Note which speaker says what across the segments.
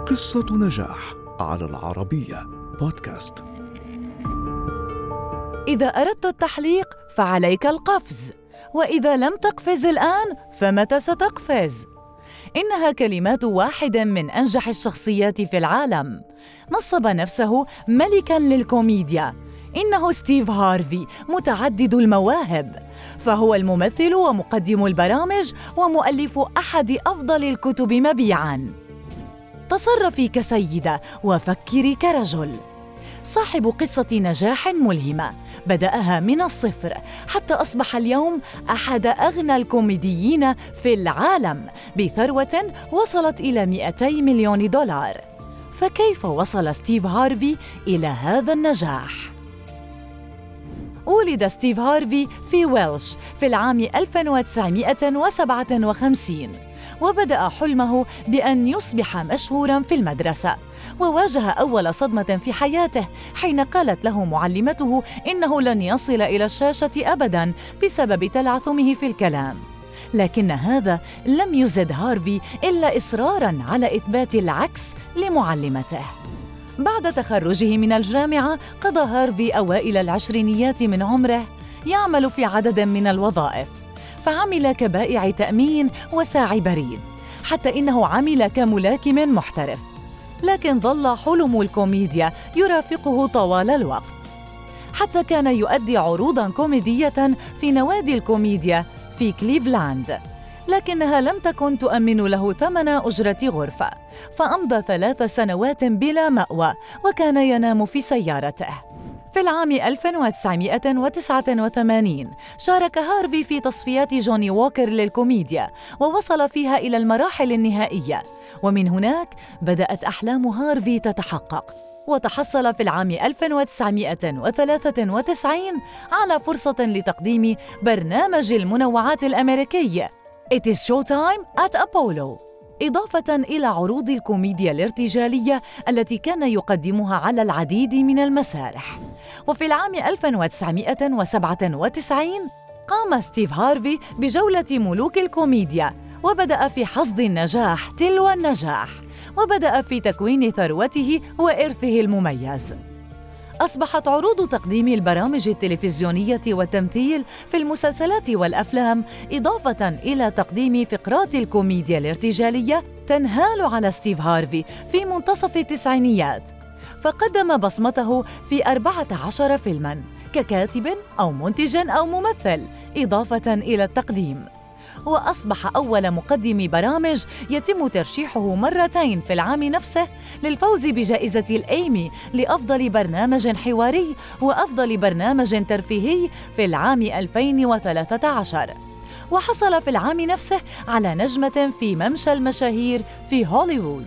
Speaker 1: قصة نجاح على العربية بودكاست.
Speaker 2: إذا أردت التحليق فعليك القفز، وإذا لم تقفز الآن فمتى ستقفز؟ إنها كلمات واحد من أنجح الشخصيات في العالم. نصب نفسه ملكاً للكوميديا. إنه ستيف هارفي متعدد المواهب، فهو الممثل ومقدم البرامج ومؤلف أحد أفضل الكتب مبيعاً. تصرفي كسيدة وفكري كرجل. صاحب قصة نجاح ملهمة بدأها من الصفر حتى أصبح اليوم أحد أغنى الكوميديين في العالم بثروة وصلت إلى 200 مليون دولار. فكيف وصل ستيف هارفي إلى هذا النجاح؟ ولد ستيف هارفي في ويلش في العام 1957، وبدأ حلمه بأن يصبح مشهوراً في المدرسة، وواجه أول صدمة في حياته حين قالت له معلمته إنه لن يصل إلى الشاشة أبداً بسبب تلعثمه في الكلام. لكن هذا لم يزد هارفي إلا إصراراً على إثبات العكس لمعلمته. بعد تخرجه من الجامعة قضى هارفي أوائل العشرينيات من عمره يعمل في عدد من الوظائف، فعمل كبائع تأمين وساعي بريد، حتى إنه عمل كملاكم محترف. لكن ظل حلم الكوميديا يرافقه طوال الوقت، حتى كان يؤدي عروضاً كوميدية في نوادي الكوميديا في كليفلاند، لكنها لم تكن تؤمن له ثمن أجرة غرفة، فأمضى 3 سنوات بلا مأوى وكان ينام في سيارته. في العام 1989 شارك هارفي في تصفيات جوني ووكر للكوميديا، ووصل فيها إلى المراحل النهائية، ومن هناك بدأت أحلام هارفي تتحقق. وتحصل في العام 1993 على فرصة لتقديم برنامج المنوعات الأمريكي It is Showtime at Apollo، إضافة إلى عروض الكوميديا الارتجالية التي كان يقدمها على العديد من المسارح. وفي العام 1997 قام ستيف هارفي بجولة ملوك الكوميديا، وبدأ في حصد النجاح تلو النجاح، وبدأ في تكوين ثروته وإرثه المميز. أصبحت عروض تقديم البرامج التلفزيونية والتمثيل في المسلسلات والأفلام، إضافة إلى تقديم فقرات الكوميديا الارتجالية، تنهال على ستيف هارفي في منتصف التسعينيات، فقدم بصمته في 14 فيلماً ككاتب أو منتج أو ممثل، إضافة إلى التقديم. وأصبح أول مقدم برامج يتم ترشيحه مرتين في العام نفسه للفوز بجائزة الإيمي لأفضل برنامج حواري وأفضل برنامج ترفيهي في العام 2013. وحصل في العام نفسه على نجمة في ممشى المشاهير في هوليوود.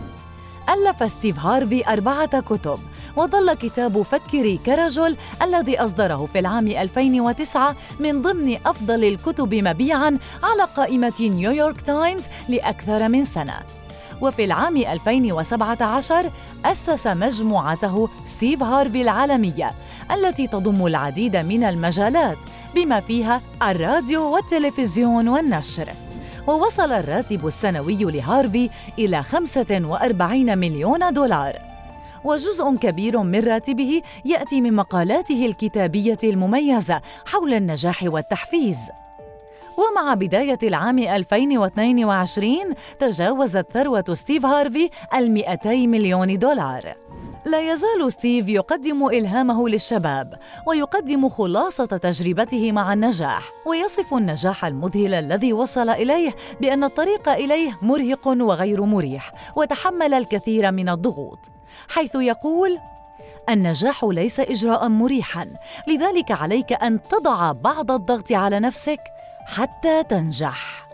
Speaker 2: ألف ستيف هارفي 4 كتب، وظل كتاب فكري كرجل الذي أصدره في العام 2009 من ضمن أفضل الكتب مبيعاً على قائمة نيويورك تايمز لأكثر من سنة. وفي العام 2017 أسس مجموعته ستيف هارفي العالمية التي تضم العديد من المجالات بما فيها الراديو والتلفزيون والنشر. ووصل الراتب السنوي لهارفي إلى 45 مليون دولار، وجزء كبير من راتبه يأتي من مقالاته الكتابية المميزة حول النجاح والتحفيز. ومع بداية العام 2022 تجاوزت ثروة ستيف هارفي 200 مليون دولار. لا يزال ستيف يقدم إلهامه للشباب، ويقدم خلاصة تجربته مع النجاح، ويصف النجاح المذهل الذي وصل إليه بأن الطريق إليه مرهق وغير مريح، وتحمل الكثير من الضغوط، حيث يقول: النجاح ليس إجراء مريحاً، لذلك عليك أن تضع بعض الضغط على نفسك حتى تنجح.